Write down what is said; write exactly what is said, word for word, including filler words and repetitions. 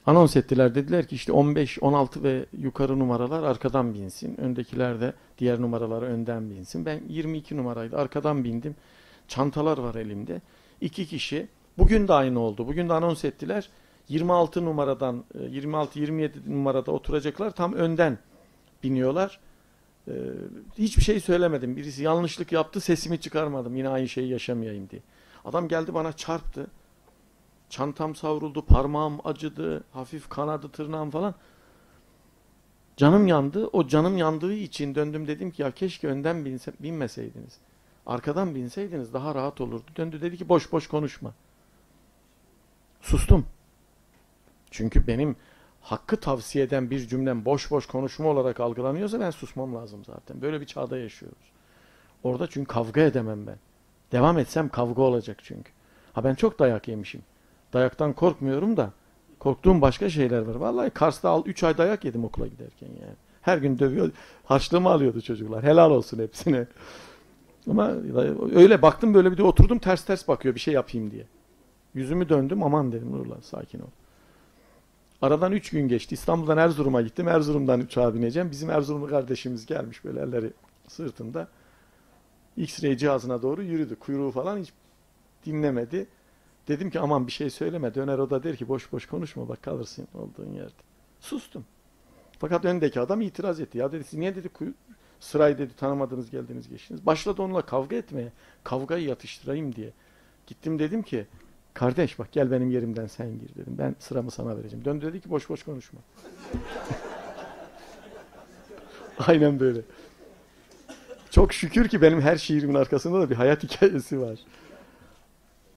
Anons ettiler. Dediler ki işte on beş, on altı ve yukarı numaralar arkadan binsin. Öndekiler de diğer numaraları önden binsin. Ben yirmi iki numaraydı. Arkadan bindim. Çantalar var elimde. İki kişi. Bugün de aynı oldu. Bugün de anons ettiler. yirmi altı numaradan, yirmi altı yirmi yedi numarada oturacaklar. Tam önden biniyorlar. Ee, hiçbir şey söylemedim. Birisi yanlışlık yaptı. Sesimi çıkarmadım. Yine aynı şeyi yaşamayayım diye. Adam geldi bana çarptı. Çantam savruldu, parmağım acıdı, hafif kanadı tırnağım falan. Canım yandı. O canım yandığı için döndüm, dedim ki ya keşke önden binse, binmeseydiniz. Arkadan binseydiniz daha rahat olurdu. Döndü dedi ki boş boş konuşma. Sustum. Çünkü benim hakkı tavsiye eden bir cümlem boş boş konuşma olarak algılanıyorsa ben susmam lazım zaten. Böyle bir çağda yaşıyoruz. Orada çünkü kavga edemem ben. Devam etsem kavga olacak çünkü. Ha ben çok dayak yemişim. Dayaktan korkmuyorum da korktuğum başka şeyler var. Vallahi Kars'ta al üç ay dayak yedim okula giderken yani. Her gün dövüyor. Harçlığımı alıyordu çocuklar. Helal olsun hepsine. Ama öyle baktım, böyle bir de oturdum, ters ters bakıyor bir şey yapayım diye. Yüzümü döndüm, aman dedim Nurullah sakin ol. Aradan üç gün geçti. İstanbul'dan Erzurum'a gittim. Erzurum'dan uçağa bineceğim. Bizim Erzurumlu kardeşimiz gelmiş böyle elleri sırtında. X-ray cihazına doğru yürüdü. Kuyruğu falan hiç dinlemedi. Dedim ki aman bir şey söyleme. Döner o da der ki boş boş konuşma bak kalırsın olduğun yerde. Sustum. Fakat öndeki adam itiraz etti. Ya dedi siz niye dedi sırayı dedi tanımadınız geldiniz geçtiniz. Başladı onunla kavga etmeye. Kavgayı yatıştırayım diye. Gittim dedim ki kardeş bak gel benim yerimden sen gir dedim. Ben sıramı sana vereceğim. Döndü dedi ki boş boş konuşma. Aynen böyle. Çok şükür ki benim her şiirimin arkasında da bir hayat hikayesi var.